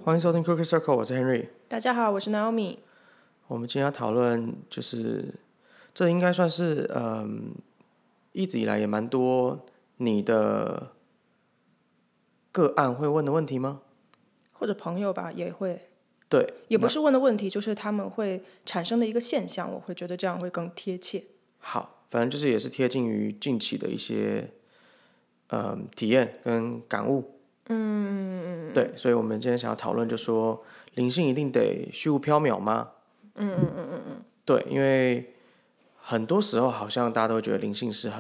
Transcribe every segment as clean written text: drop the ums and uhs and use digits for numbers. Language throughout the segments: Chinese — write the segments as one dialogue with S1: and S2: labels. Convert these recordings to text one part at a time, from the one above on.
S1: 欢迎收听 Crooked Circle， 我是 Henry。
S2: 大家好，我是 Naomi。
S1: 我们今天要讨论，就是这应该算是一直以来也蛮多你的个案会问的问题吗？
S2: 或者朋友吧，也会。
S1: 对，
S2: 也不是问的问题，就是他们会产生的一个现象，我会觉得这样会更贴切。
S1: 好，反正就是也是贴近于近期的一些体验跟感悟。对，所以我们今天想要讨论，就说灵性一定得虚无缥缈吗？对，因为很多时候好像大家都会觉得灵性是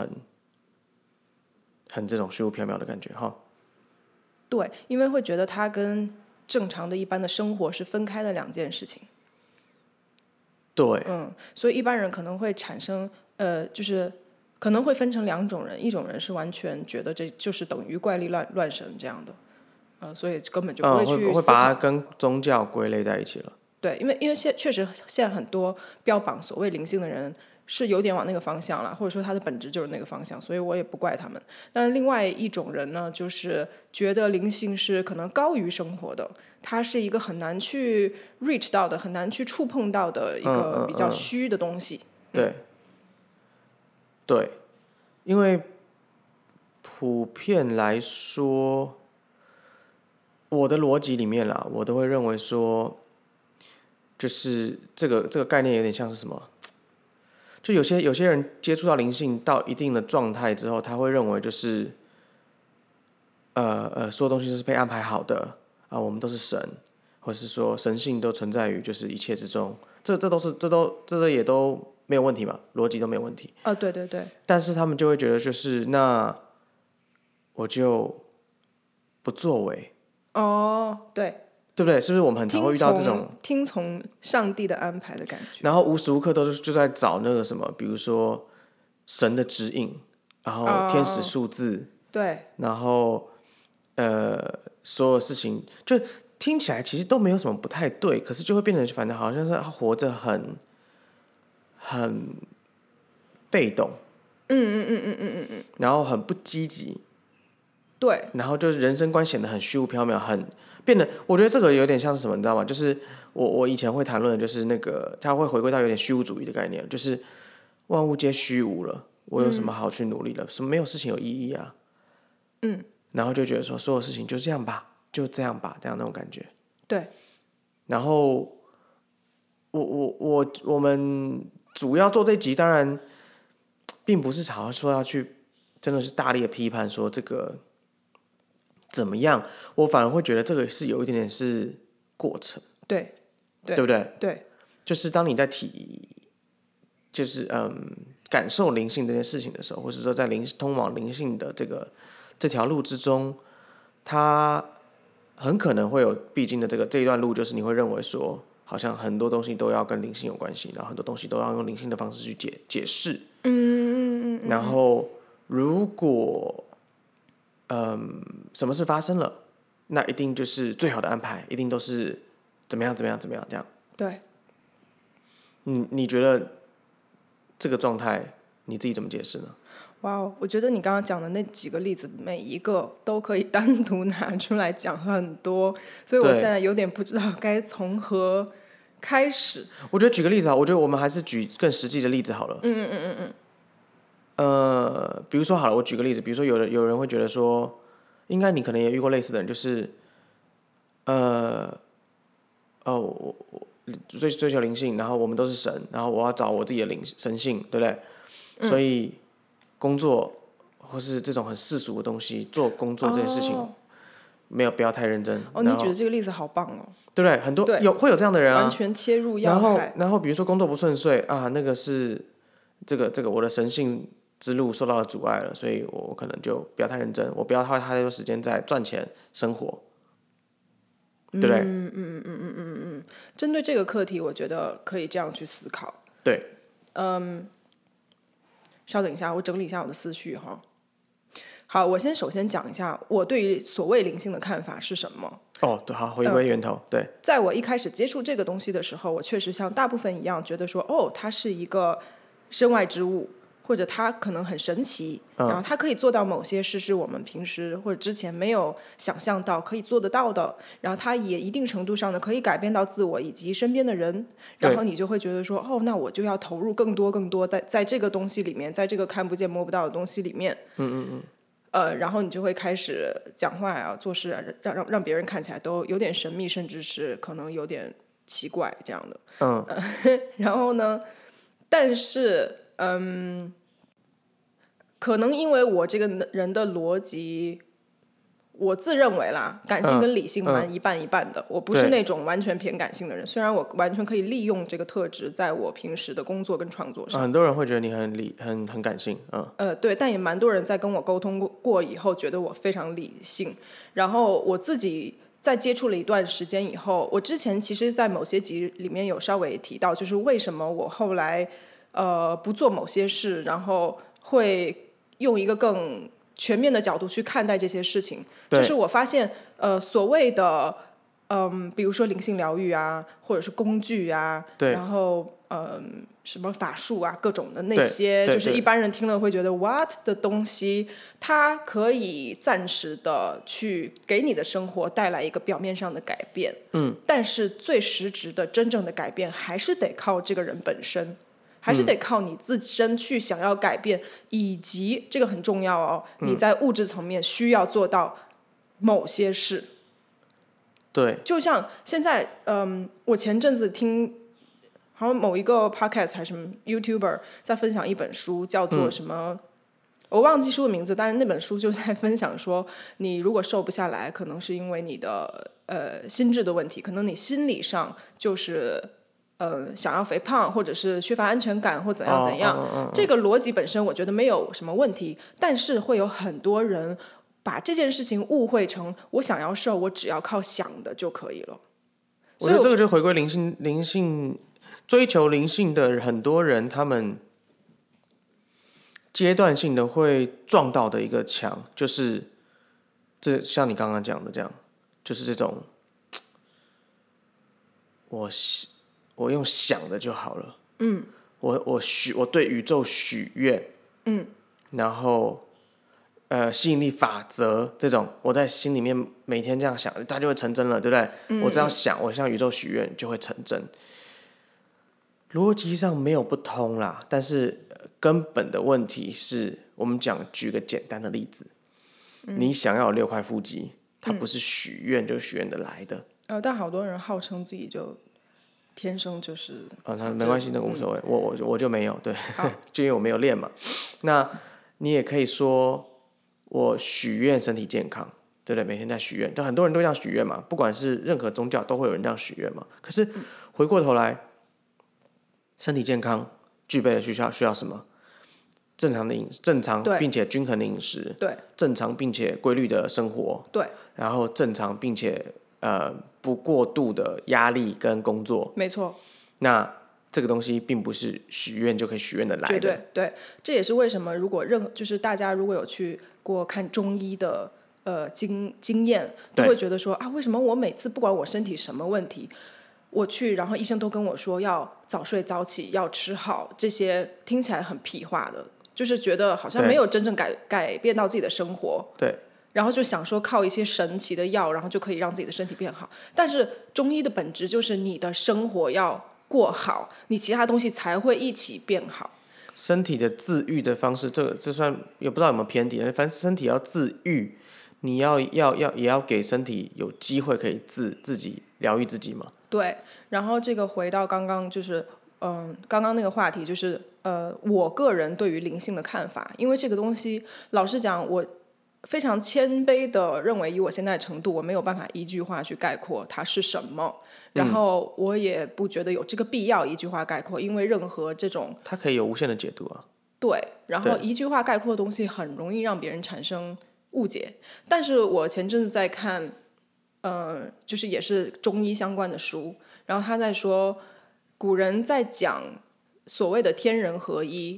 S1: 很这种虚无缥缈的感觉哈。
S2: 对，因为会觉得它跟正常的一般的生活是分开的两件事情。
S1: 对，
S2: 所以一般人可能会产生就是可能会分成两种人，一种人是完全觉得这就是等于怪力乱神这样的，所以根本就不会去
S1: 会
S2: 思考。
S1: 把它跟宗教归类在一起了。
S2: 对，因为确实现在很多标榜所谓灵性的人是有点往那个方向了，或者说他的本质就是那个方向，所以我也不怪他们。但是另外一种人呢，就是觉得灵性是可能高于生活的，它是一个很难去 reach 到的、很难去触碰到的一个比较虚的东西。
S1: 对，对，因为普遍来说，我的逻辑里面啦，我都会认为说，就是这个概念有点像是什么？就有些人接触到灵性到一定的状态之后，他会认为就是所有东西都是被安排好的啊，我们都是神，或是说神性都存在于就是一切之中，这也都没有问题嘛，逻辑都没有问题。
S2: 对对对。
S1: 但是他们就会觉得就是那我就不作为，
S2: 对，
S1: 对不对？是不是我们很常会遇到这种
S2: 听从上帝的安排的感觉？
S1: 然后无时无刻都就在找那个什么，比如说神的指引，然后天使数字，
S2: 对，
S1: 然后所有事情就听起来其实都没有什么不太对，可是就会变成反正好像是他活着很被动，然后很不积极，
S2: 对，
S1: 然后就是人生观显得很虚无缥缈，很变得，我觉得这个有点像是什么，你知道吗？就是我以前会谈论的，就是那个他会回归到有点虚无主义的概念，就是万物皆虚无了，我有什么好去努力了？什么没有事情有意义啊？然后就觉得说所有事情就这样吧，就这样吧，这样那种感觉。
S2: 对，
S1: 然后我们主要做这一集，当然并不是好像说要去真的是大力的批判说这个怎么样，我反而会觉得这个是有一点点是过程，
S2: 对，
S1: 对不对？
S2: 对，
S1: 就是当你在就是感受灵性这件事情的时候，或者说在通往灵性的这条路之中，它很可能会有必经的这一段路，就是你会认为说，好像很多东西都要跟灵性有关系，然后很多东西都要用灵性的方式去解释。然后如果什么事发生了，那一定就是最好的安排，一定都是怎么样这样。
S2: 对。
S1: 你觉得这个状态你自己怎么解释呢？
S2: 哇哦，我觉得你刚刚讲的那几个例子，每一个都可以单独拿出来讲很多，所以我现在有点不知道该从何开始。
S1: 我觉得举个例子啊，我觉得我们还是举更实际的例子好了。比如说好了，我举个例子，比如说有人会觉得说，应该你可能也遇过类似的人，就是我追求灵性，然后我们都是神，然后我要找我自己的神性，对不对？所以工作或是这种很世俗的东西，做工作这件事情，不要太认真。
S2: 你举的这个例子好棒哦，
S1: 对不对？很多会有这样的人啊，
S2: 完全切入要害。
S1: 然后比如说工作不顺遂啊，那个是这个我的神性之路受到了阻碍了，所以我可能就不要太认真，我不要花太多时间在赚钱生活，对不对？
S2: 针对这个课题，我觉得可以这样去思考。
S1: 对。
S2: 稍等一下，我整理一下我的思绪哈。好，我首先讲一下我对于所谓灵性的看法是什么。
S1: 对，好，回归源头。对，
S2: 在我一开始接触这个东西的时候，我确实像大部分一样觉得说，它是一个身外之物， 或者他可能很神奇，然后他可以做到某些事是我们平时或者之前没有想象到可以做得到的，然后他也一定程度上的可以改变到自我以及身边的人，然后你就会觉得说，哦，那我就要投入更多在这个东西里面，在这个看不见摸不到的东西里面，然后你就会开始讲话啊、做事啊，让别人看起来都有点神秘，甚至是可能有点奇怪这样的。然后呢，但是可能因为我这个人的逻辑，我自认为啦，感性跟理性蛮一半一半的。我不是那种完全偏感性的人，虽然我完全可以利用这个特质在我平时的工作跟创作上。
S1: 很多人会觉得你很感性，
S2: 对，但也蛮多人在跟我沟通过以后，觉得我非常理性。然后我自己在接触了一段时间以后，我之前其实在某些集里面有稍微提到，就是为什么我后来不做某些事，然后会用一个更全面的角度去看待这些事情。就是我发现所谓的比如说灵性疗愈啊，或者是工具啊，然后什么法术啊，各种的那些，就是一般人听了会觉得 what 的东西，它可以暂时的去给你的生活带来一个表面上的改变，但是最实质的真正的改变还是得靠这个人本身，还是得靠你自身去想要改变，以及这个很重要哦，你在物质层面需要做到某些事。
S1: 对，
S2: 就像现在我前阵子听好像某一个 podcast 还是什么 YouTuber 在分享一本书，叫做什么我忘记书的名字，但是那本书就在分享说，你如果瘦不下来，可能是因为你的心智的问题，可能你心理上就是想要肥胖，或者是缺乏安全感，或怎样怎样。这个逻辑本身我觉得没有什么问题，但是会有很多人把这件事情误会成我想要瘦，我只要靠想的就可以了。
S1: 我觉得这个就回归灵性追求灵性的很多人，他们阶段性的会撞到的一个墙，就是这像你刚刚讲的这样，就是这种我用想的就好了，我对宇宙许愿，然后吸引力法则这种，我在心里面每天这样想，它就会成真了，对不对？我只要想，我向宇宙许愿就会成真。逻辑上没有不通啦，但是根本的问题是我们举个简单的例子，你想要有6块腹肌，它不是许愿就许愿的来的。
S2: 但好多人号称自己就天生就是
S1: 那没关系，那个无所谓，我就没有，对，就因为我没有练嘛。那你也可以说我许愿身体健康，对不对？每天在许愿，但很多人都这样许愿嘛，不管是任何宗教都会有人这样许愿嘛。可是回过头来，身体健康具备的需要什么？正常并且均衡的饮食，
S2: 对，
S1: 正常并且规律的生活，
S2: 对，
S1: 然后正常并且不过度的压力跟工作，
S2: 没错。
S1: 那这个东西并不是许愿就可以许愿的来的，
S2: 对，这也是为什么如果就是大家如果有去过看中医的经验，都会觉得说啊，为什么我每次不管我身体什么问题，我去然后医生都跟我说要早睡早起，要吃好，这些听起来很屁话的，就是觉得好像没有真正改变到自己的生活。
S1: 对。
S2: 然后就想说靠一些神奇的药，然后就可以让自己的身体变好。但是中医的本质就是你的生活要过好，你其他东西才会一起变好。
S1: 身体的自愈的方式，这算也不知道有没有偏题，反正身体要自愈，你也要给身体有机会可以自己疗愈自己嘛。
S2: 对，然后这个回到刚刚就是刚刚那个话题，就是我个人对于灵性的看法，因为这个东西老实讲我非常谦卑的认为，以我现在的程度，我没有办法一句话去概括它是什么，然后我也不觉得有这个必要一句话概括，因为任何这种
S1: 它可以有无限的解读啊。
S2: 对，然后一句话概括的东西很容易让别人产生误解。但是我前阵子在看就是也是中医相关的书，然后他在说古人在讲所谓的天人合一，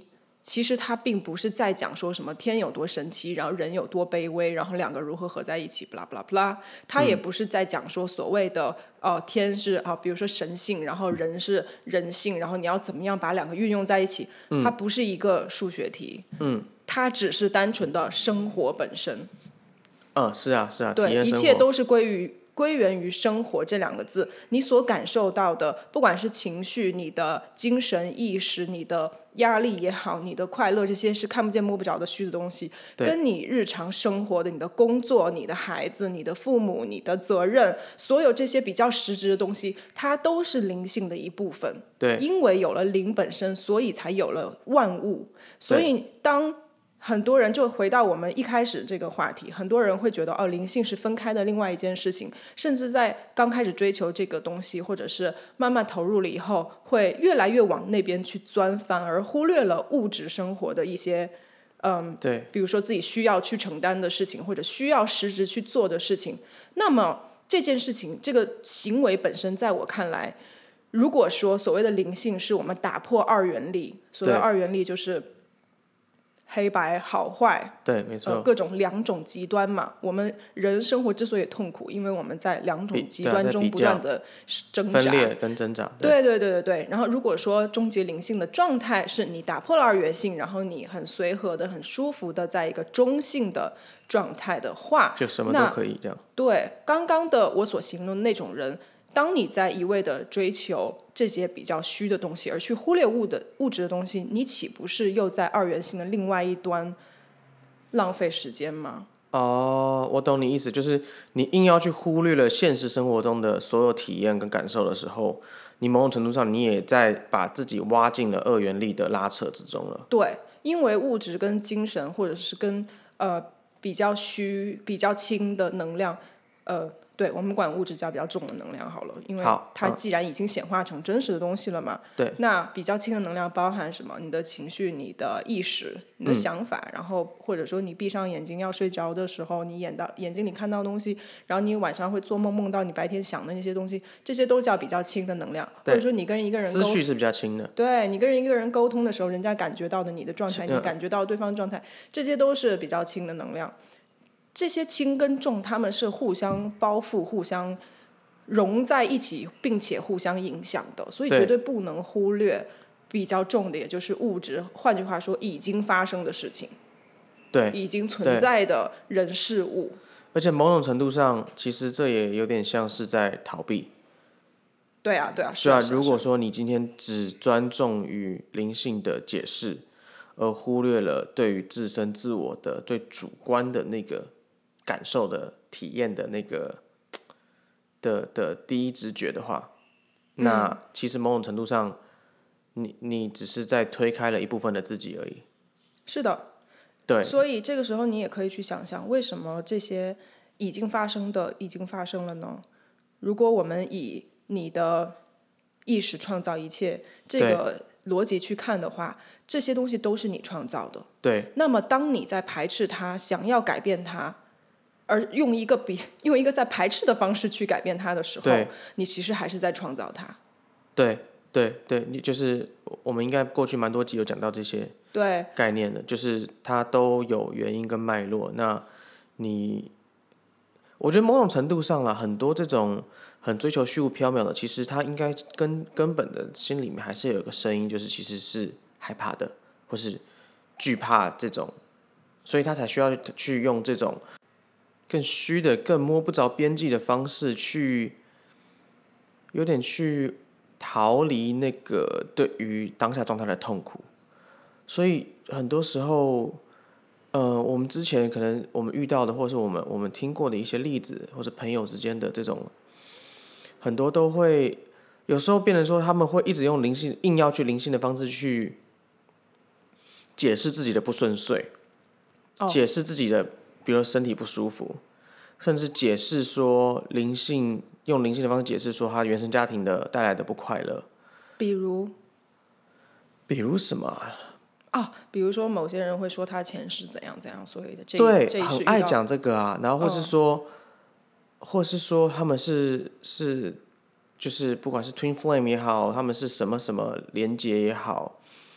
S2: 其实它并不是在讲说什么天有多神奇，然后人有多卑微，然后两个如何合在一起，不啦不啦不啦。它也不是在讲说所谓的天是比如说神性，然后人是人性，然后你要怎么样把两个运用在一起。它不是一个数学题，它只是单纯的生活本身。
S1: 是啊是啊，
S2: 对，一切都是归源于生活这两个字，你所感受到的，不管是情绪、你的精神意识、你的压力也好，你的快乐，这些是看不见摸不着的虚的东西，跟你日常生活的、你的工作、你的孩子、你的父母、你的责任，所有这些比较实质的东西，它都是灵性的一部分。
S1: 对，
S2: 因为有了灵本身，所以才有了万物。所以当很多人就回到我们一开始这个话题，很多人会觉得灵性是分开的另外一件事情，甚至在刚开始追求这个东西，或者是慢慢投入了以后，会越来越往那边去钻，反而忽略了物质生活的一些
S1: 对，
S2: 比如说自己需要去承担的事情，或者需要实质去做的事情。那么这件事情，这个行为本身，在我看来，如果说所谓的灵性是我们打破二元例，所谓二元例就是黑白好坏，
S1: 对，没错，
S2: 各种两种极端嘛。我们人生活之所以痛苦，因为我们在两种极端中不断的挣扎、
S1: 分裂跟挣扎。
S2: 对。然后如果说终极灵性的状态是你打破了二元性，然后你很随和的、很舒服的在一个中性的状态的话，
S1: 就什么都可以这样。
S2: 对，刚刚的我所形容的那种人，当你在一味的追求这些比较虚的东西，而去忽略物质的东西，你岂不是又在二元性的另外一端浪费时间吗？
S1: 我懂你意思，就是你硬要去忽略了现实生活中的所有体验跟感受的时候，你某种程度上你也在把自己挖进了二元力的拉扯之中了。
S2: 对，因为物质跟精神，或者是跟比较虚、比较轻的能量，对，我们管物质叫比较重的能量好了，因为它既然已经显化成真实的东西了嘛。
S1: 对。
S2: 那比较轻的能量包含什么？你的情绪、你的意识、你的想法，然后或者说你闭上眼睛要睡着的时候，你眼睛里看到东西，然后你晚上会做梦，梦到你白天想的那些东西，这些都叫比较轻的能量。或者说你跟一个人
S1: 思绪是比较轻的。
S2: 对，你跟一个人沟通的时候，人家感觉到的你的状态，你感觉到对方的状态，这些都是比较轻的能量。这些轻跟重，他们是互相包覆、互相融在一起，并且互相影响的，所以绝对不能忽略比较重的，也就是物质。换句话说，已经发生的事情，
S1: 对，
S2: 已经存在的人事物。
S1: 而且某种程度上，其实这也有点像是在逃避。
S2: 对啊。
S1: 如果说你今天只专重于灵性的解释，而忽略了对于自身自我的最主观的那个感受的体验的那个的第一直觉的话，那其实某种程度上，你只是在推开了一部分的自己而已。
S2: 是的，
S1: 对。
S2: 所以这个时候你也可以去想象，为什么这些已经发生的已经发生了呢？如果我们以你的意识创造一切这个逻辑去看的话，这些东西都是你创造的。
S1: 对。
S2: 那么当你在排斥它，想要改变它，而用一个在排斥的方式去改变它的时候，你其实还是在创造它。
S1: 对，你就是我们应该过去蛮多集有讲到这些概念的，就是它都有原因跟脉络。那我觉得某种程度上啦，很多这种很追求虚无缥缈的，其实他应该根本的心里面还是有一个声音，就是其实是害怕的，或是惧怕这种，所以他才需要去用这种更虚的、更摸不着边际的方式去，有点去逃离那个对于当下状态的痛苦。所以很多时候，我们之前可能我们遇到的，或是我们听过的一些例子，或是朋友之间的这种，很多都会有时候变成说，他们会一直用灵性，硬要去灵性的方式去解释自己的不顺遂，解释自己的，比如说身体不舒服，甚至解释说用灵性的方式解释说他原生家庭的带来的不快乐。
S2: 比
S1: 如什么？
S2: 比如说某些人会说他前世怎样怎样，所以的
S1: 对，很爱讲这个啊。然后或是说他们是就是不管是 Twin Flame 也好，他们是什么什么连结也好，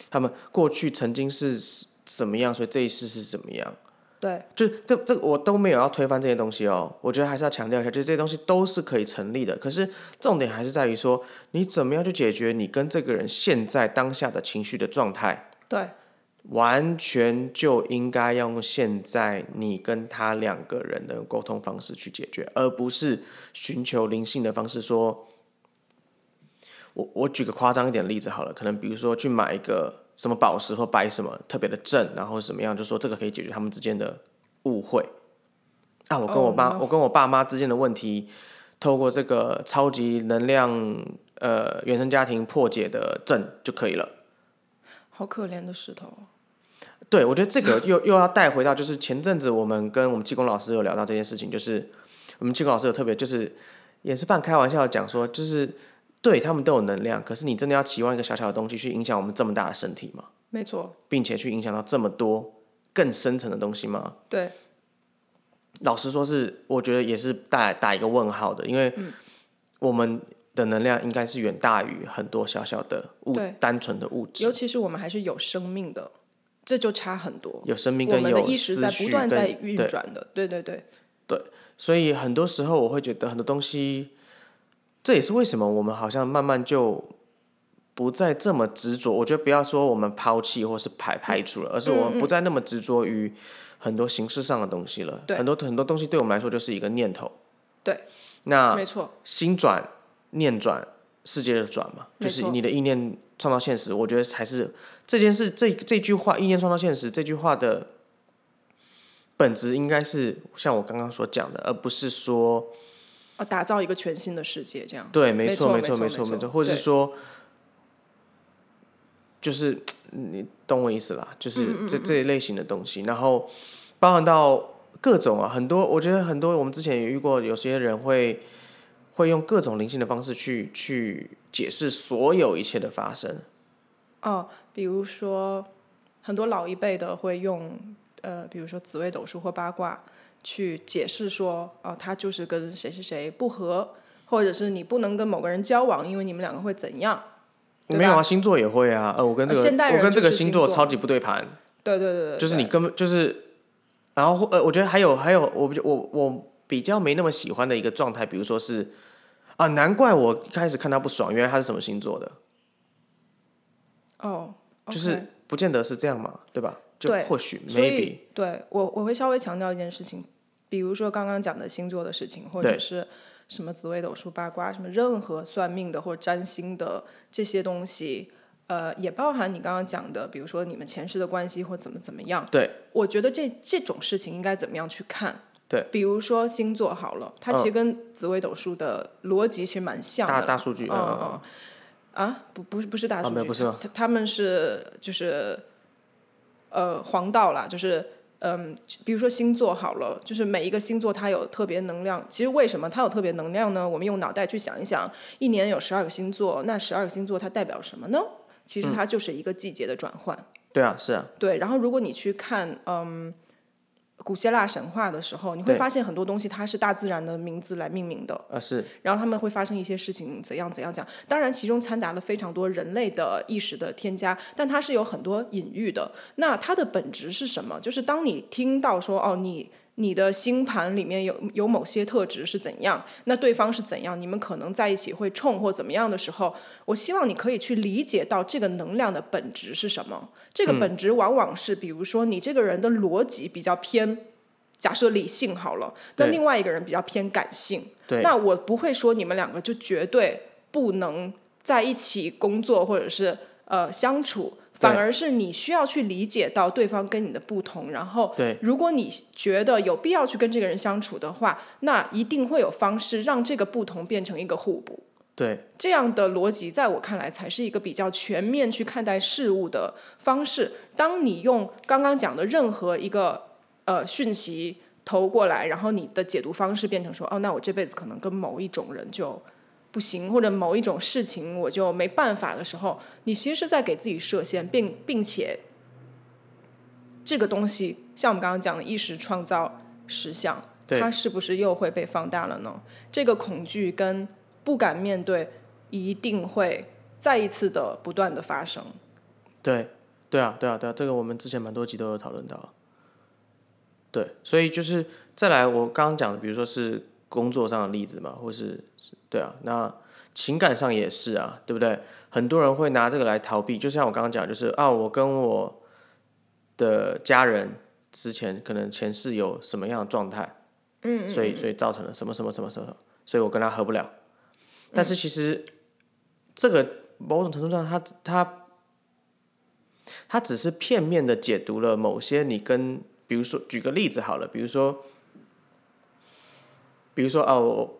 S1: 他们过去曾经是怎么样，所以这一世是怎么样。
S2: 对，
S1: 就这我都没有要推翻这些东西哦，我觉得还是要强调一下，就是这些东西都是可以成立的。可是重点还是在于说，你怎么样去解决你跟这个人现在当下的情绪的状态。
S2: 对，
S1: 完全就应该要用现在你跟他两个人的沟通方式去解决，而不是寻求灵性的方式说。我举个夸张一点的例子好了，可能比如说去买一个什么宝石或摆什么特别的阵，然后怎么样，就说这个可以解决他们之间的误会。啊，我跟我爸妈之间的问题，透过这个超级能量原生家庭破解的阵就可以了。
S2: 好可怜的石头。
S1: 对，我觉得这个又要带回到，就是前阵子我们跟我们气功老师有聊到这件事情，就是我们气功老师有特别就是也是半开玩笑的讲说，就是对他们都有能量，可是你真的要期望一个小小的东西去影响我们这么大的身体吗？
S2: 没错，
S1: 并且去影响到这么多更深层的东西吗？
S2: 对，
S1: 老实说是，我觉得也是打一个问号的，因为我们的能量应该是远大于很多小小的单纯的物质，
S2: 尤其是我们还是有生命的，这就差很多。
S1: 有生命跟有思绪，
S2: 我们的意识在不断在运转的，对对对。
S1: 对，所以很多时候我会觉得很多东西，这也是为什么我们好像慢慢就不再这么执着。我觉得不要说我们抛弃或是排除了，而是我们不再那么执着于很多形式上的东西了。很多东西对我们来说就是一个念头。
S2: 对，
S1: 那
S2: 没错，
S1: 心转念转，世界的转嘛，就是你的意念创造现实。我觉得才是这件事，这句话“意念创造现实”这句话的本质应该是像我刚刚所讲的，而不是说
S2: 打造一个全新的世界这样。
S1: 对，没错，或者是说，就是你懂我意思啦，就是这一类型的东西，然后包含到各种啊，很多我觉得很多我们之前也遇过，有些人会用各种灵性的方式去解释所有一切的发生。
S2: 比如说很多老一辈的会用比如说紫微斗数或八卦去解释说，他就是跟谁谁谁不合，或者是你不能跟某个人交往，因为你们两个会怎样？
S1: 没有啊，星座也会啊。我跟这个星座超级不对盘。
S2: 对对对对，
S1: 就是你根本就是，然后我觉得还有我比较没那么喜欢的一个状态，比如说是难怪我一开始看他不爽，原来他是什么星座的。就是不见得是这样嘛，对吧？就或许 maybe。
S2: 对，我会稍微强调一件事情，比如说刚刚讲的星座的事情，或者是什么紫微斗数八卦，什么任何算命的或者占星的这些东西，也包含你刚刚讲的，比如说你们前世的关系或怎么样。
S1: 对，
S2: 我觉得这种事情应该怎么样去看？
S1: 对，
S2: 比如说星座好了，它其实跟紫微斗数的逻辑其实蛮像的。
S1: 大数据，
S2: 不是大数据，
S1: 不是吗？
S2: 他们是就是黄道啦，就是比如说星座好了，就是每一个星座它有特别能量。其实为什么它有特别能量呢？我们用脑袋去想一想，一年有12个星座，那12个星座它代表什么呢？其实它就是一个季节的转换。
S1: 对啊，是啊。
S2: 对，然后如果你去看古希腊神话的时候，你会发现很多东西它是大自然的名字来命名的。
S1: 是。
S2: 然后他们会发生一些事情，怎样讲。当然，其中掺杂了非常多人类的意识的添加，但它是有很多隐喻的。那它的本质是什么？就是当你听到说你的星盘里面有某些特质是怎样，那对方是怎样，你们可能在一起会冲或怎么样的时候，我希望你可以去理解到这个能量的本质是什么。这个本质往往是比如说你这个人的逻辑比较偏假设理性好了，那另外一个人比较偏感性。那我不会说你们两个就绝对不能在一起工作或者是相处，反而是你需要去理解到对方跟你的不同，然后如果你觉得有必要去跟这个人相处的话，那一定会有方式让这个不同变成一个互补。
S1: 对，
S2: 这样的逻辑在我看来才是一个比较全面去看待事物的方式。当你用刚刚讲的任何一个讯息投过来，然后你的解读方式变成说那我这辈子可能跟某一种人就不行，或者某一种事情我就没办法的时候，你其实是在给自己设限，并且这个东西像我们刚刚讲的意识创造实相，它是不是又会被放大了呢？这个恐惧跟不敢面对一定会再一次的不断的发生。
S1: 对， 对啊，对啊，对啊，这个我们之前蛮多集都有讨论到。对，所以就是再来，我刚刚讲的，比如说是工作上的例子嘛，或是对啊，那情感上也是啊，对不对？很多人会拿这个来逃避，就像我刚刚讲，就是啊，我跟我的家人之前可能前世有什么样的状态，所以造成了什么什么什么什么，所以我跟他合不了。但是其实这个某种程度上他只是片面的解读了某些你跟，比如说举个例子好了，比如说啊，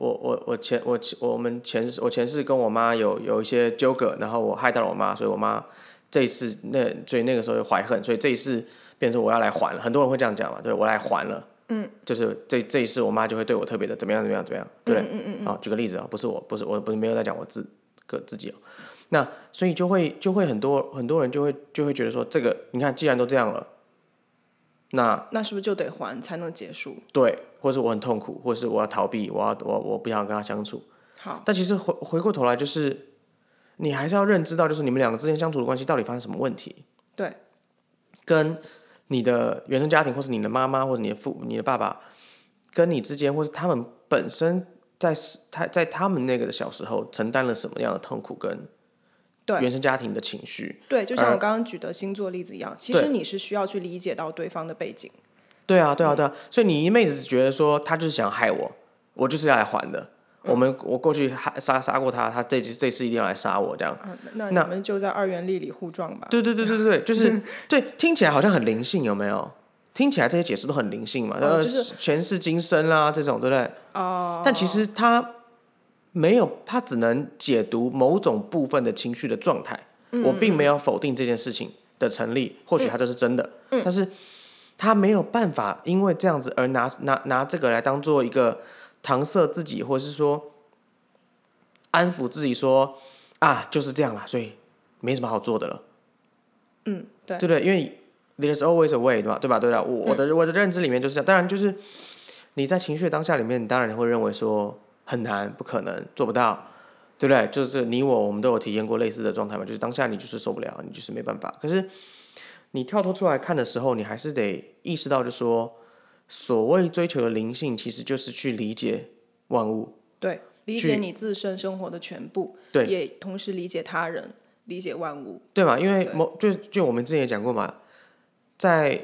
S1: 我前世跟我妈有一些纠葛，然后我害到了我妈，所以我妈这一次所以那个时候有怀恨，所以这一次变成我要来还了，很多人会这样讲嘛，对我来还了，就是这一次我妈就会对我特别的怎么样怎么样怎么样，对不对？好，举个例子啊，不是没有在讲我自己哦，那所以就会很多人就会觉得说，这个你看既然都这样了，
S2: 那是不是就得还才能结束？
S1: 对，或是我很痛苦，或是我要逃避，我不想跟他相处。
S2: 好，
S1: 但其实回过头来，就是你还是要认知到，就是你们两个之间相处的关系到底发生什么问题，
S2: 对，
S1: 跟你的原生家庭，或是你的妈妈，或者你的爸爸，跟你之间，或是他们本身在他们那个小时候承担了什么样的痛苦跟
S2: 对
S1: 原生家庭的情绪。
S2: 对，就像我刚刚举的星座例子一样，其实你是需要去理解到对方的背景。
S1: 对啊，对啊，对啊，所以你一昧子觉得说他就是想害我，我就是要来还的。我过去杀过他，他这次一定要来杀我这样。
S2: 那你们就在二元历里互撞吧。
S1: 对对对对对，就是对，听起来好像很灵性，有没有？听起来这些解释都很灵性嘛，
S2: 就是
S1: 前世今生啦这种，对不对？但其实他没有，他只能解读某种部分的情绪的状态。我并没有否定这件事情的成立，或许它就是真的，但是他没有办法因为这样子而拿这个来当做一个搪塞自己，或者是说安抚自己说啊就是这样啦，所以没什么好做的了。
S2: 对，
S1: 对不对？因为 there's always a way， 对吧？对吧？我的认知里面就是这样。当然，就是你在情绪的当下里面，你当然会认为说很难、不可能、做不到，对不对？就是我们都有体验过类似的状态嘛，就是当下你就是受不了，你就是没办法。可是你跳脱出来看的时候，你还是得意识到，就是说所谓追求的灵性，其实就是去理解万物，
S2: 对，理解你自身生活的全部，
S1: 对，
S2: 也同时理解他人，理解万物，
S1: 对嘛？因为就我们之前也讲过嘛，在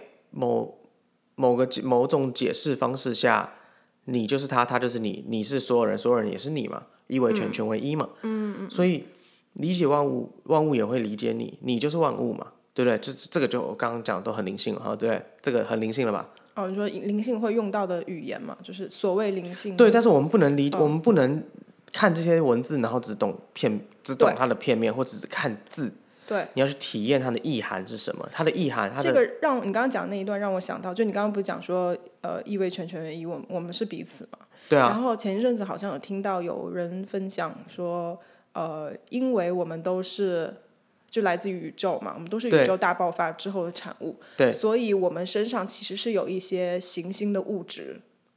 S1: 某种解释方式下，你就是他，他就是你，你是所有人，所有人也是你嘛，一为全，全为一嘛。所以理解万物，万物也会理解你，你就是万物嘛，对不对？这个就我刚刚讲的都很灵性了哈，对不对？这个很灵性了吧？
S2: 哦，你说灵性会用到的语言嘛，就是所谓灵性。
S1: 对，但是我们不能我们不能看这些文字，然后只懂它的片面，或只是看字。
S2: 对，
S1: 你要去体验它的意涵是什么？它的意涵，
S2: 这个让你刚刚讲那一段让我想到，就你刚刚不是讲说，意为全，全为一，我们是彼此嘛。
S1: 对啊。
S2: 然后前一阵子好像有听到有人分享说，因为我们都是就来自于宇宙嘛，我们都是宇宙大爆发之后的产物，
S1: 对，
S2: 所以我们身上其实是有一些行星的物质。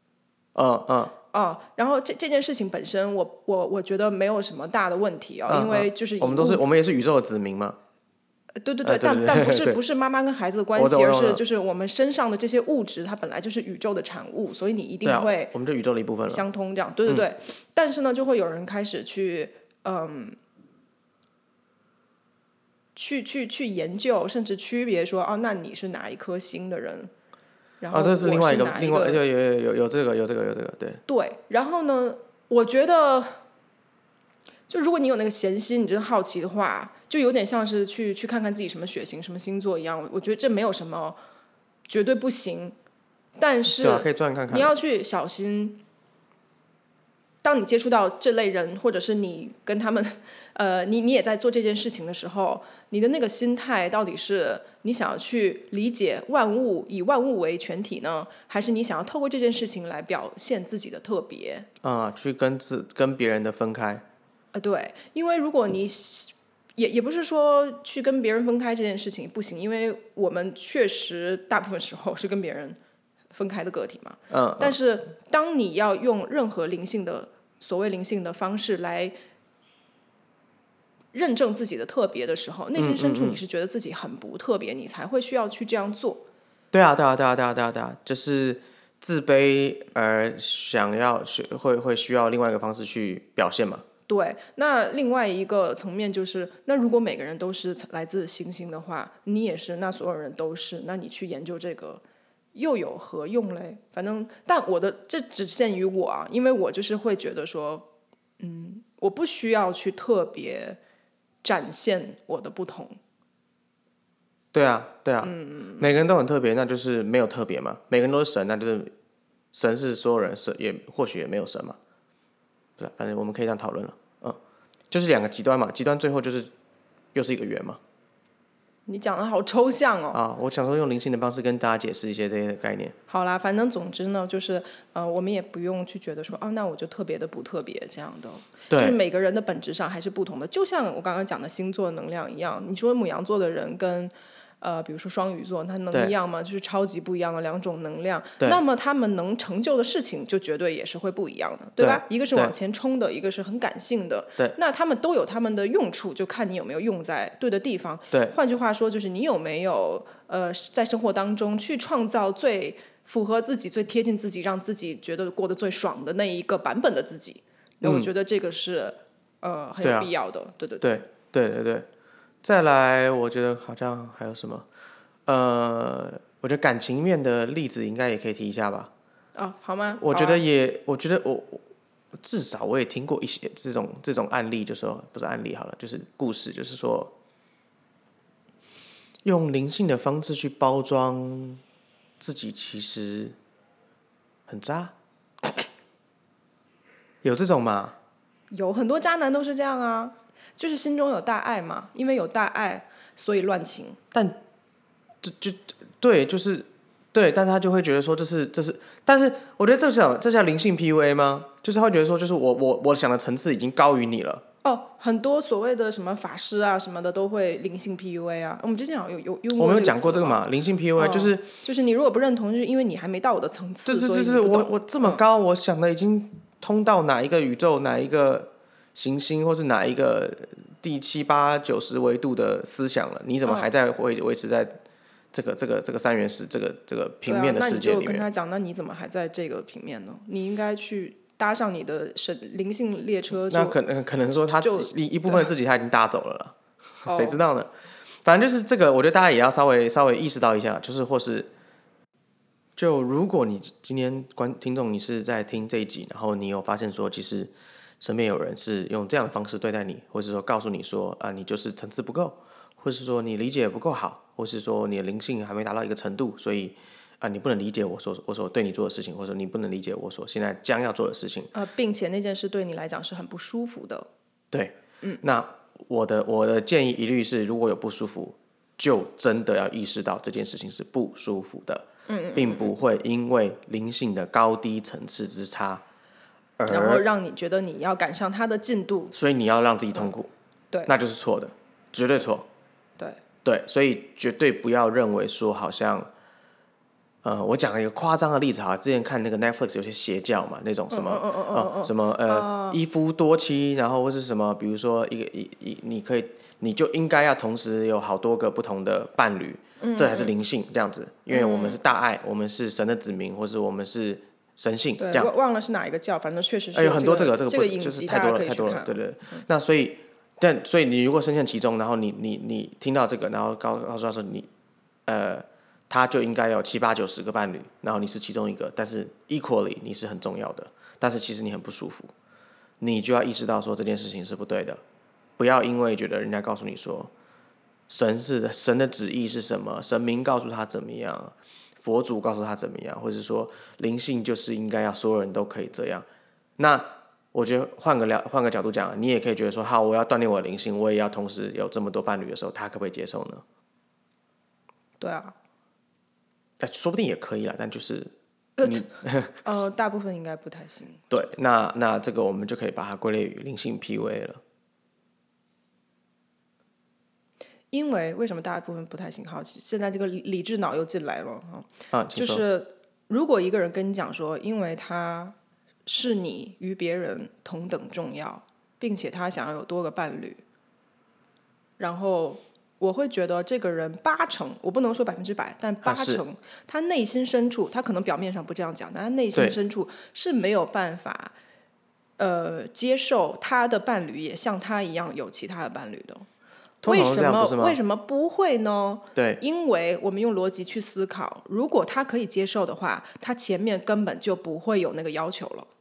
S2: 然后这件事情本身我觉得没有什么大的问题因为就是
S1: 我们也是宇宙的子民嘛。
S2: 对，但不是妈妈跟孩子的关系，而是就是我们身上的这些物质，它本来就是宇宙的产物，所以你一定会
S1: 我们就宇宙的一部分了，
S2: 相通这样。对对对，但是呢，就会有人开始去去研究，甚至区别说那你是哪一颗星的人？然后
S1: 这是另外一个，有这个，对。
S2: 对，然后呢，我觉得，就如果你有那个闲心，你真的好奇的话，就有点像是去看看自己什么血型、什么星座一样。我觉得这没有什么绝对不行，但是
S1: 可以转看看，
S2: 你要去小心。当你接触到这类人，或者是你跟他们，你也在做这件事情的时候，你的那个心态到底是你想要去理解万物，以万物为全体呢，还是你想要透过这件事情来表现自己的特别？
S1: 去跟别人的分开。
S2: 对，因为如果你也不是说去跟别人分开这件事情不行，因为我们确实大部分时候是跟别人分开的个体嘛。但是当你要用任何所谓灵性的方式来认证自己的特别的时候，内心深处你是觉得自己很不特别，你才会需要去这样做。
S1: 对啊，就是自卑而想要会需要另外一个方式去表现嘛。
S2: 对，那另外一个层面就是，那如果每个人都是来自星星的话，你也是，那所有人都是，那你去研究这个又有何用嘞？反正，但我的这只限于我啊，因为我就是会觉得说，我不需要去特别展现我的不同。
S1: 对啊，每个人都很特别，那就是没有特别嘛。每个人都是神，那就是神是所有人，神也或许也没有神嘛。不是，反正我们可以这样讨论了。就是两个极端嘛，极端最后就是又是一个圆嘛。
S2: 你讲的好抽象哦。
S1: 我想说用灵性的方式跟大家解释一些这些概念。
S2: 好啦，反正总之呢，就是我们也不用去觉得说，那我就特别的不特别这样的。
S1: 对，
S2: 就是每个人的本质上还是不同的，就像我刚刚讲的星座能量一样。你说牡羊座的人跟比如说双鱼座，它能一样吗？就是超级不一样的两种能量。那么他们能成就的事情，就绝对也是会不一样的，对吧？一个是往前冲的，一个是很感性的。
S1: 对。
S2: 那他们都有他们的用处，就看你有没有用在对的地方。
S1: 对。
S2: 换句话说，就是你有没有在生活当中去创造最符合自己、最贴近自己，让自己觉得过得最爽的那一个版本的自己。那我觉得这个是很有必要的。
S1: 对。再来，我觉得好像还有什么，我觉得感情面的例子应该也可以提一下吧。
S2: 好吗？
S1: 我觉得我至少我也听过一些这种案例，就说不是案例好了，就是故事，就是说用灵性的方式去包装自己，其实很渣，有这种吗？
S2: 有很多渣男都是这样啊。就是心中有大爱嘛，因为有大爱，所以乱情。
S1: 但对，就是对，但是他就会觉得说这是，但是我觉得这叫灵性 PUA 吗？就是他会觉得说，就是我想的层次已经高于你了。
S2: 很多所谓的什么法师啊什么的都会灵性 PUA 啊。我们之前好像有用过，
S1: 我们有讲过这个嘛？灵性 PUA
S2: 就是你如果不认同，就是因为你还没到我的层次。
S1: 对，我这么高，我想的已经通到哪一个宇宙，哪一个行星，或是哪一个第7、8、90维度的思想了，你怎么还在维持在这个三元石这个平面的世界里面？
S2: 那你就跟他讲，那你怎么还在这个平面呢？你应该去搭上你的灵性列车。
S1: 那可能说他一部分自己他已经搭走了啦，谁知道呢？反正就是这个，我觉得大家也要稍微意识到一下，就是或是就如果你今天听众你是在听这一集，然后你有发现说其实身边有人是用这样的方式对待你，或者说告诉你说你就是层次不够，或是说你理解不够好，或是说你的灵性还没达到一个程度，所以你不能理解我所对你做的事情，或者说你不能理解我所现在将要做的事情，
S2: 并且那件事对你来讲是很不舒服的。
S1: 对，那我的建议一律是，如果有不舒服，就真的要意识到这件事情是不舒服的，并不会因为灵性的高低层次之差，
S2: 然后让你觉得你要赶上他的进度，
S1: 所以你要让自己痛苦，
S2: 对，
S1: 那就是错的，绝对错。对，所以绝对不要认为说好像，我讲了一个夸张的例子哈，之前看那个 Netflix 有些邪教嘛，那种什么什么一夫多妻，然后或是什么，比如说你就应该要同时有好多个不同的伴侣，这才是灵性这样子，因为我们是大爱，我们是神的子民，或是我们是神性，这样。
S2: 忘了是哪一个教，反正确实是
S1: 有很多这个
S2: 影
S1: 就是太多了，对。那所以你如果深陷其中，然后你听到这个，然后告诉他说他就应该有7、8、90个伴侣，然后你是其中一个，但是 equally 你是很重要的，但是其实你很不舒服，你就要意识到说这件事情是不对的，不要因为觉得人家告诉你说神的旨意是什么，神明告诉他怎么样，佛祖告诉他怎么样，或者说灵性就是应该要所有人都可以这样，那我觉得换个角度讲，你也可以觉得说，好，我要锻炼我的灵性，我也要同时有这么多伴侣的时候，他可不可以接受呢？
S2: 对啊，
S1: 说不定也可以啦，但就是
S2: 大部分应该不太行。
S1: 对，那这个我们就可以把它归类于灵性 PUA 了。
S2: 因为什么大部分不太行？好，现在这个理智脑又进来了就是如果一个人跟你讲说，因为他是你与别人同等重要，并且他想要有多个伴侣， 然后我会觉得这个人80%，我不能说100%，但80%，他内心深处，他可能表面上不这样讲，但他内心深处是没有办法接受他的伴侣也像他一样有其他的伴侣的。为什么不会呢？
S1: 对，
S2: 因为我们用逻辑去思考，如果他可以接受的话，他前面根本就不会有那个要求了。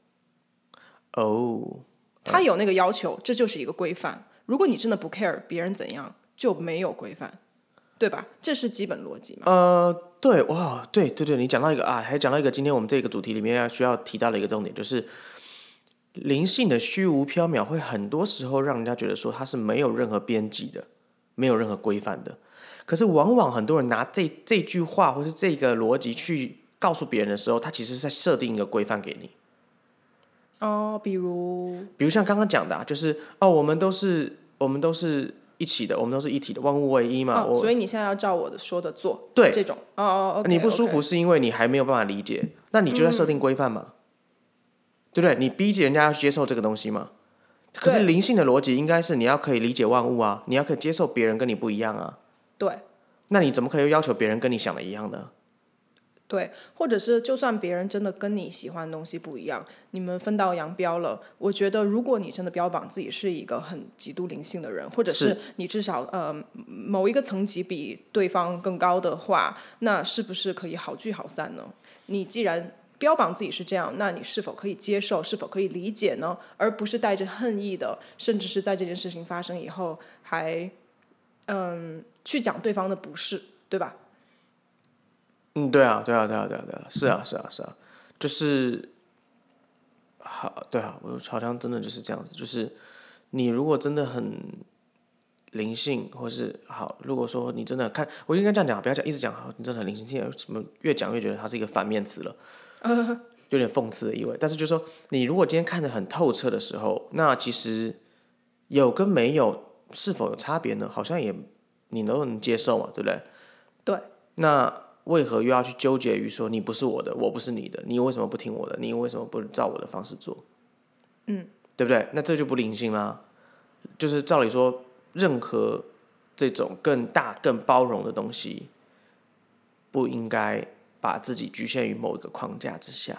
S2: 他有那个要求，这就是一个规范。如果你真的不 care 别人怎样，就没有规范，对吧？这是基本逻辑嘛。
S1: 对，哇，对，你讲到一个还讲到一个今天我们这个主题里面需要提到的一个重点，就是灵性的虚无缥缈会很多时候让人家觉得说它是没有任何边际的，没有任何规范的。可是往往很多人拿这句话或是这个逻辑去告诉别人的时候，他其实是在设定一个规范给你。
S2: 比如
S1: 像刚刚讲的就是我们都是一起的，我们都是一体的，万物为一嘛。
S2: 所以你现在要照我的说的做，
S1: 对
S2: 这种
S1: okay, 你不舒服是因为你还没有办法理解，那你就在设定规范嘛，对不对？你逼着人家要接受这个东西嘛。可是灵性的逻辑应该是你要可以理解万物啊，你要可以接受别人跟你不一样啊。
S2: 对。
S1: 那你怎么可以要求别人跟你想的一样呢？
S2: 对，或者是就算别人真的跟你喜欢的东西不一样，你们分道扬镳了，我觉得如果你真的标榜自己是一个很极度灵性的人，或者是你至少某一个层级比对方更高的话，那是不是可以好聚好散呢？你既然标榜自己是这样，那你是否可以接受，是否可以理解呢？而不是带着恨意的，甚至是在这件事情发生以后还去讲对方的不是，对吧？
S1: 对啊，是啊，就是对啊，我好像真的就是这样子，就是你如果真的很灵性，或是好，如果说你真的看，我应该这样讲，不要讲一直讲你真的很灵性，怎么越讲越觉得它是一个反面词了，有点讽刺的意味。但是就是说，你如果今天看得很透彻的时候，那其实有跟没有是否有差别呢？好像也你都能接受嘛，对不对？
S2: 对。
S1: 那为何又要去纠结于说你不是我的，我不是你的？你为什么不听我的？你为什么不照我的方式做？对不对？那这就不灵性啦。就是照理说，任何这种更大、更包容的东西，不应该把自己局限于某一个框架之下。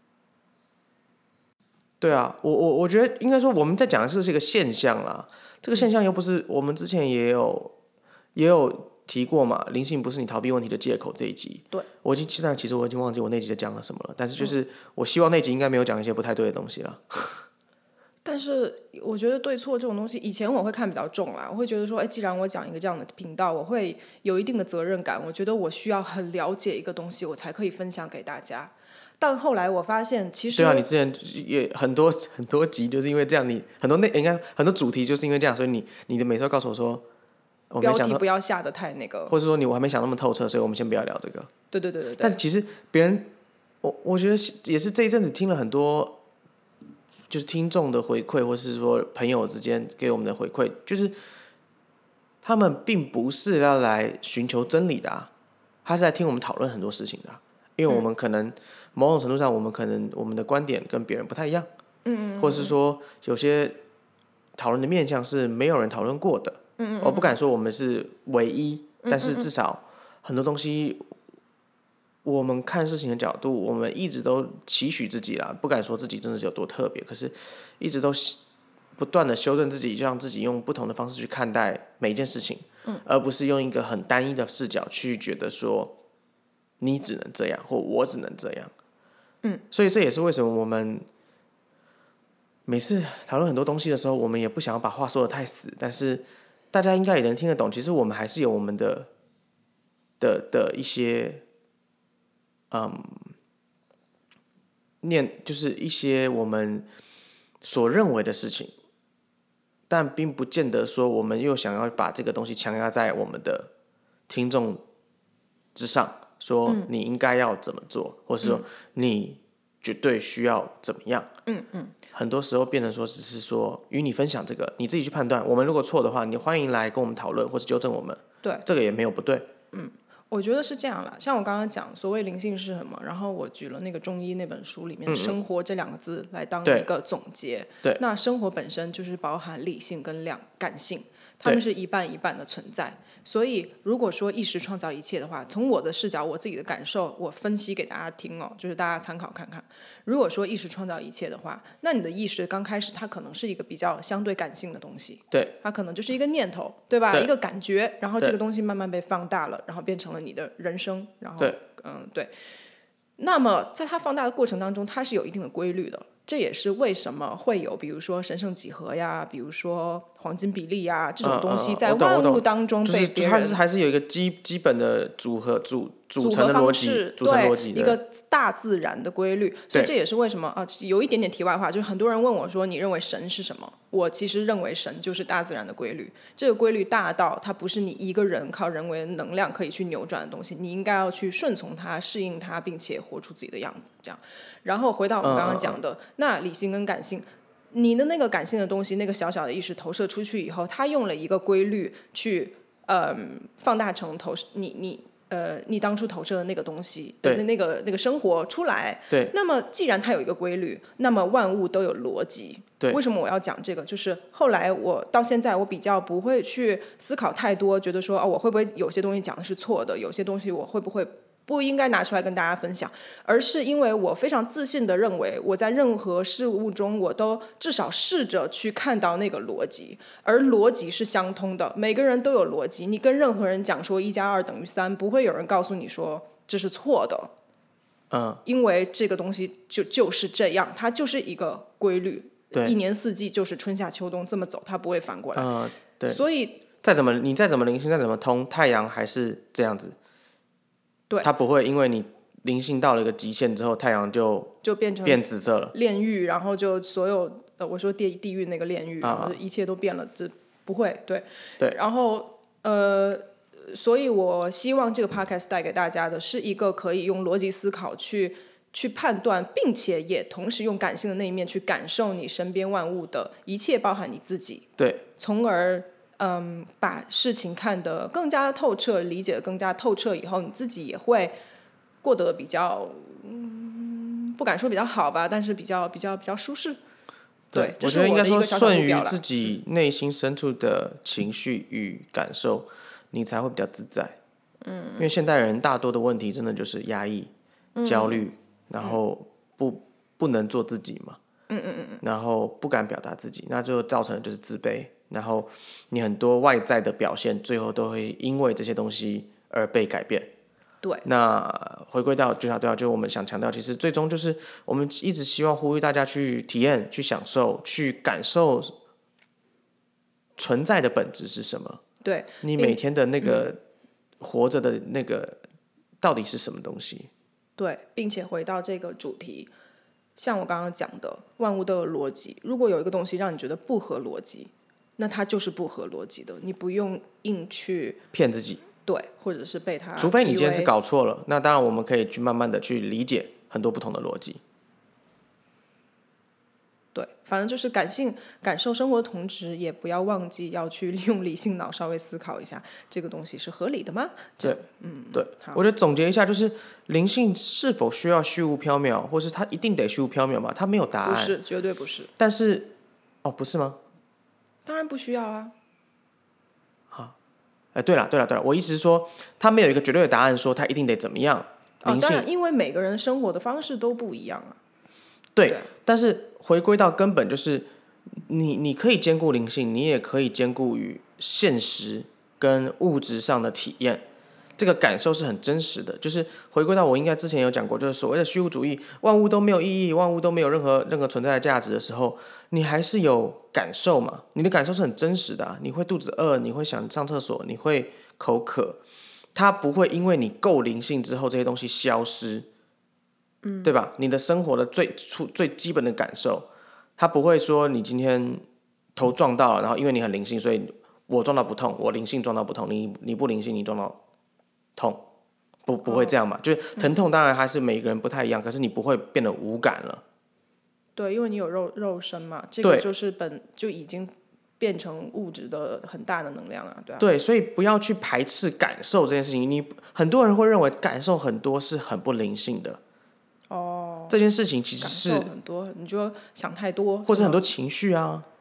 S1: 对啊，我觉得应该说我们在讲的是一个现象啦。这个现象又不是我们之前也有提过嘛，灵性不是你逃避问题的借口这一集。
S2: 对，
S1: 其实我已经忘记我那集在讲了什么了，但是就是我希望那集应该没有讲一些不太对的东西了。
S2: 但是我觉得对错这种东西，以前我会看比较重啦，我会觉得说，既然我讲一个这样的频道，我会有一定的责任感，我觉得我需要很了解一个东西，我才可以分享给大家。但后来我发现，其实
S1: 对啊，你之前也很多集就是因为这样，你应该很多主题就是因为这样，所以你的每次都告诉我说，
S2: 标题不要下得太那个，
S1: 或者说我还没想那么透彻，所以我们先不要聊这个。
S2: 对。
S1: 但其实别人，我觉得也是这一阵子听了很多，就是听众的回馈，或是说朋友之间给我们的回馈，就是他们并不是要来寻求真理的啊，他是来听我们讨论很多事情的啊，因为我们可能某种程度上，我们的观点跟别人不太一样，或是说有些讨论的面向是没有人讨论过的，我不敢说我们是唯一，但是至少很多东西，我们看事情的角度，我们一直都期许自己啦，不敢说自己真的是有多特别，可是一直都不断的修正自己，让自己用不同的方式去看待每一件事情，而不是用一个很单一的视角去觉得说你只能这样，或我只能这样。所以这也是为什么我们每次讨论很多东西的时候，我们也不想要把话说得太死，但是大家应该也能听得懂，其实我们还是有我们的一些就是一些我们所认为的事情，但并不见得说我们又想要把这个东西强压在我们的听众之上，说你应该要怎么做，或是说你绝对需要怎么样。很多时候变成说只是说与你分享这个，你自己去判断。我们如果错的话，你欢迎来跟我们讨论或者纠正我们。
S2: 对，
S1: 这个也没有不对。
S2: 我觉得是这样啦，像我刚刚讲所谓灵性是什么，然后我举了那个中医那本书里面生活这两个字来当一个总结。
S1: 对，
S2: 那生活本身就是包含理性跟感性， 他们是一半一半的存在。所以如果说意识创造一切的话，从我的视角，我自己的感受，我分析给大家听哦，就是大家参考看看。如果说意识创造一切的话，那你的意识刚开始它可能是一个比较相对感性的东西，
S1: 对，
S2: 它可能就是一个念头，对吧？
S1: 对
S2: 一个感觉，然后这个东西慢慢被放大了，然后变成了你的人生，然后
S1: 对，
S2: 对。那么在它放大的过程当中，它是有一定的规律的。这也是为什么会有比如说神圣几何呀，比如说黄金比例呀这种东西在万物当中被别人，
S1: 就是它还是有一个基本的组成的逻辑，组成逻辑，
S2: 对，一个大自然的规律。所以这也是为什么啊，有一点点题外话，就是很多人问我说，你认为神是什么？我其实认为神就是大自然的规律。这个规律大到它不是你一个人靠人为能量可以去扭转的东西，你应该要去顺从它、适应它，并且活出自己的样子。这样，然后回到我们刚刚讲的，那理性跟感性。你的那个感性的东西，那个小小的意识投射出去以后，它用了一个规律去放大成你当初投射的那个东西的那个生活出来。
S1: 对。
S2: 那么既然它有一个规律，那么万物都有逻辑。
S1: 对。
S2: 为什么我要讲这个？就是后来我到现在我比较不会去思考太多，觉得说我会不会有些东西讲的是错的，有些东西我会不会不应该拿出来跟大家分享，而是因为我非常自信的认为我在任何事物中我都至少试着去看到那个逻辑，而逻辑是相通的，每个人都有逻辑。你跟任何人讲说1+2=3，不会有人告诉你说这是错的，因为这个东西就是这样，它就是一个规律，一年四季就是春夏秋冬这么走，它不会反过来。
S1: 对。
S2: 所以
S1: 你再怎么灵性再怎么通，太阳还是这样子。
S2: 对，
S1: 它不会因为你灵性到了一个极限之后，太阳就变紫色了，
S2: 炼狱，然后就所有我说地狱那个炼狱，然后一切都变了，这不会。对。然后所以我希望这个 podcast 带给大家的是一个可以用逻辑思考去判断，并且也同时用感性的那一面去感受你身边万物的一切，包含你自己。
S1: 对。
S2: 从而把事情看得更加透彻，理解得更加透彻以后，你自己也会过得比较不敢说比较好吧，但是比较舒适。对，
S1: 我觉得应该说顺于自己内心深处的情绪与感受，你才会比较自在。因为现代人大多的问题真的就是压抑、焦虑，然后不能做自己嘛。然后不敢表达自己，那就造成的就是自卑。然后你很多外在的表现，最后都会因为这些东西而被改变。
S2: 对。
S1: 那回归到就我们想强调，其实最终就是我们一直希望呼吁大家去体验、去享受、去感受存在的本质是什么。
S2: 对。
S1: 你每天的那个活着的那个到底是什么东西？
S2: 对，并且回到这个主题，像我刚刚讲的，万物都有逻辑。如果有一个东西让你觉得不合逻辑，那它就是不合逻辑的，你不用硬去
S1: 骗自己。
S2: 对，或者是被它，
S1: 除非你今天是搞错了，那当然我们可以去慢慢的去理解很多不同的逻辑。
S2: 对，反正就是感受生活的同时，也不要忘记要去利用理性脑稍微思考一下，这个东西是合理的吗？
S1: 对。对。我觉得总结一下，就是灵性是否需要虚无缥缈，或是它一定得虚无缥缈吗？它没有答案。
S2: 不是，绝对不是。
S1: 但是不是吗？
S2: 当然不需要啊。
S1: 对了，我意思是说，它没有一个绝对的答案，说它一定得怎么样。灵性，
S2: 当然，因为每个人生活的方式都不一样啊。
S1: 对。但是回归到根本，就是你可以兼顾灵性，你也可以兼顾于现实跟物质上的体验。这个感受是很真实的，就是回归到我应该之前有讲过，就是所谓的虚无主义，万物都没有意义，万物都没有任何存在的价值的时候，你还是有感受嘛？你的感受是很真实的你会肚子饿，你会想上厕所，你会口渴，它不会因为你够灵性之后这些东西消失，对吧？你的生活的最基本的感受，它不会说你今天头撞到了，然后因为你很灵性，所以我撞到不痛，我灵性撞到不痛，你不灵性，你撞到痛，不会这样嘛？就是疼痛当然还是每个人不太一样，可是你不会变得无感了。
S2: 对，因为你有肉身嘛，这个就是就已经变成物质的很大的能量啊，对啊。
S1: 对，所以不要去排斥感受这件事情。很多人会认为感受很多是很不灵性的。这件事情其实是
S2: 感受很多，你就想太多，
S1: 或是很多情绪啊。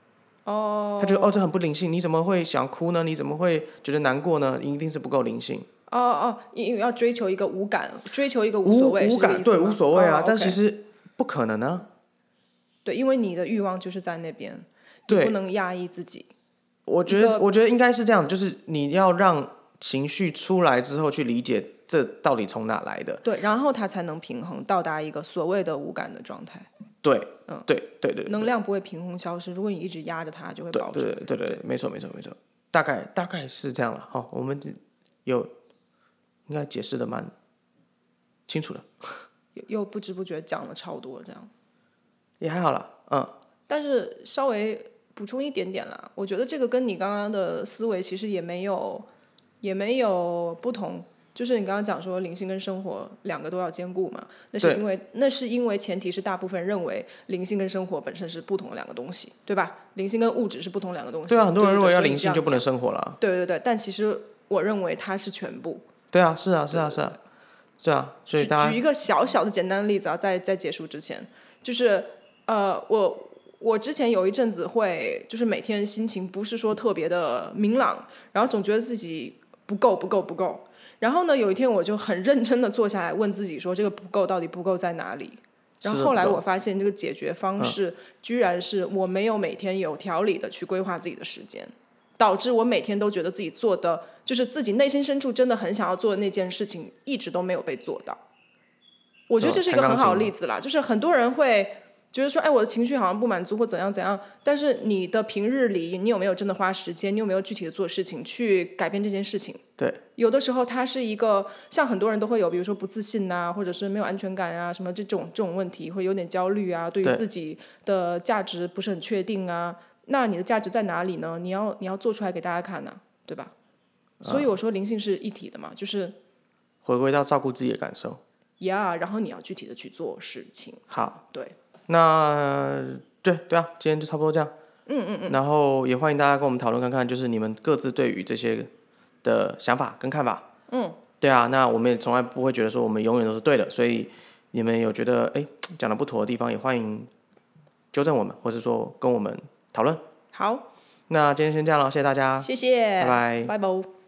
S2: 哦，
S1: 他觉得这很不灵性，你怎么会想哭呢？你怎么会觉得难过呢？一定是不够灵性。
S2: 因为要追求一个无感，追求一个无所谓，
S1: 无感，对，无所谓啊，但
S2: 是
S1: 其实不可能啊。
S2: 对，因为你的欲望就是在那边，你
S1: 对，
S2: 不能压抑自己。
S1: 我觉得应该是这样，就是你要让情绪出来之后去理解这到底从哪来的。
S2: 对，然后它才能平衡，到达一个所谓的无感的状态。
S1: 对，对，
S2: 能量不会凭空消失，如果你一直压着它，就会保持。
S1: 对，没错，大概是这样了。好，我们应该解释的蛮清楚的。
S2: 又不知不觉讲了超多，这样
S1: 也还好啦，
S2: 但是稍微补充一点点啦，我觉得这个跟你刚刚的思维其实也没有不同。就是你刚刚讲说灵性跟生活两个都要兼顾嘛，那是因为前提是大部分认为灵性跟生活本身是不同的两个东西，对吧？灵性跟物质是不同两个东西。
S1: 对啊，很多人认为要灵性就不能生活了。
S2: 对，但其实我认为它是全部。
S1: 对啊，是啊，所以大家
S2: 举一个小小的简单的例子啊，在结束之前，就是我之前有一阵子会，就是每天心情不是说特别的明朗，然后总觉得自己不够。然后呢，有一天我就很认真的坐下来问自己说，这个不够到底不够在哪里？然后后来我发现这个解决方式居然是我没有每天有条理的去规划自己的时间，导致我每天都觉得自己做的就是自己内心深处真的很想要做的那件事情一直都没有被做到。我觉得这是一个很好的例子啦，就是很多人会觉得说，我的情绪好像不满足或怎样，但是你的平日里你有没有真的花时间，你有没有具体的做事情去改变这件事情？
S1: 对，
S2: 有的时候它是一个像很多人都会有，比如说不自信啊，或者是没有安全感啊，什么这种问题，会有点焦虑啊，对于自己的价值不是很确定啊。那你的价值在哪里呢？你要做出来给大家看呢，对吧？所以我说灵性是一体的嘛，就是
S1: 回归到照顾自己的感受。
S2: 然后你要具体的去做事情。
S1: 好，
S2: 对。
S1: 那对啊，今天就差不多这样。然后也欢迎大家跟我们讨论看看，就是你们各自对于这些的想法跟看法。对啊，那我们也从来不会觉得说我们永远都是对的，所以你们有觉得讲的不妥的地方，也欢迎纠正我们，或是说跟我们讨论。
S2: 好，
S1: 那今天先这样了，谢谢大家，
S2: 谢谢，
S1: 拜拜，
S2: 拜拜。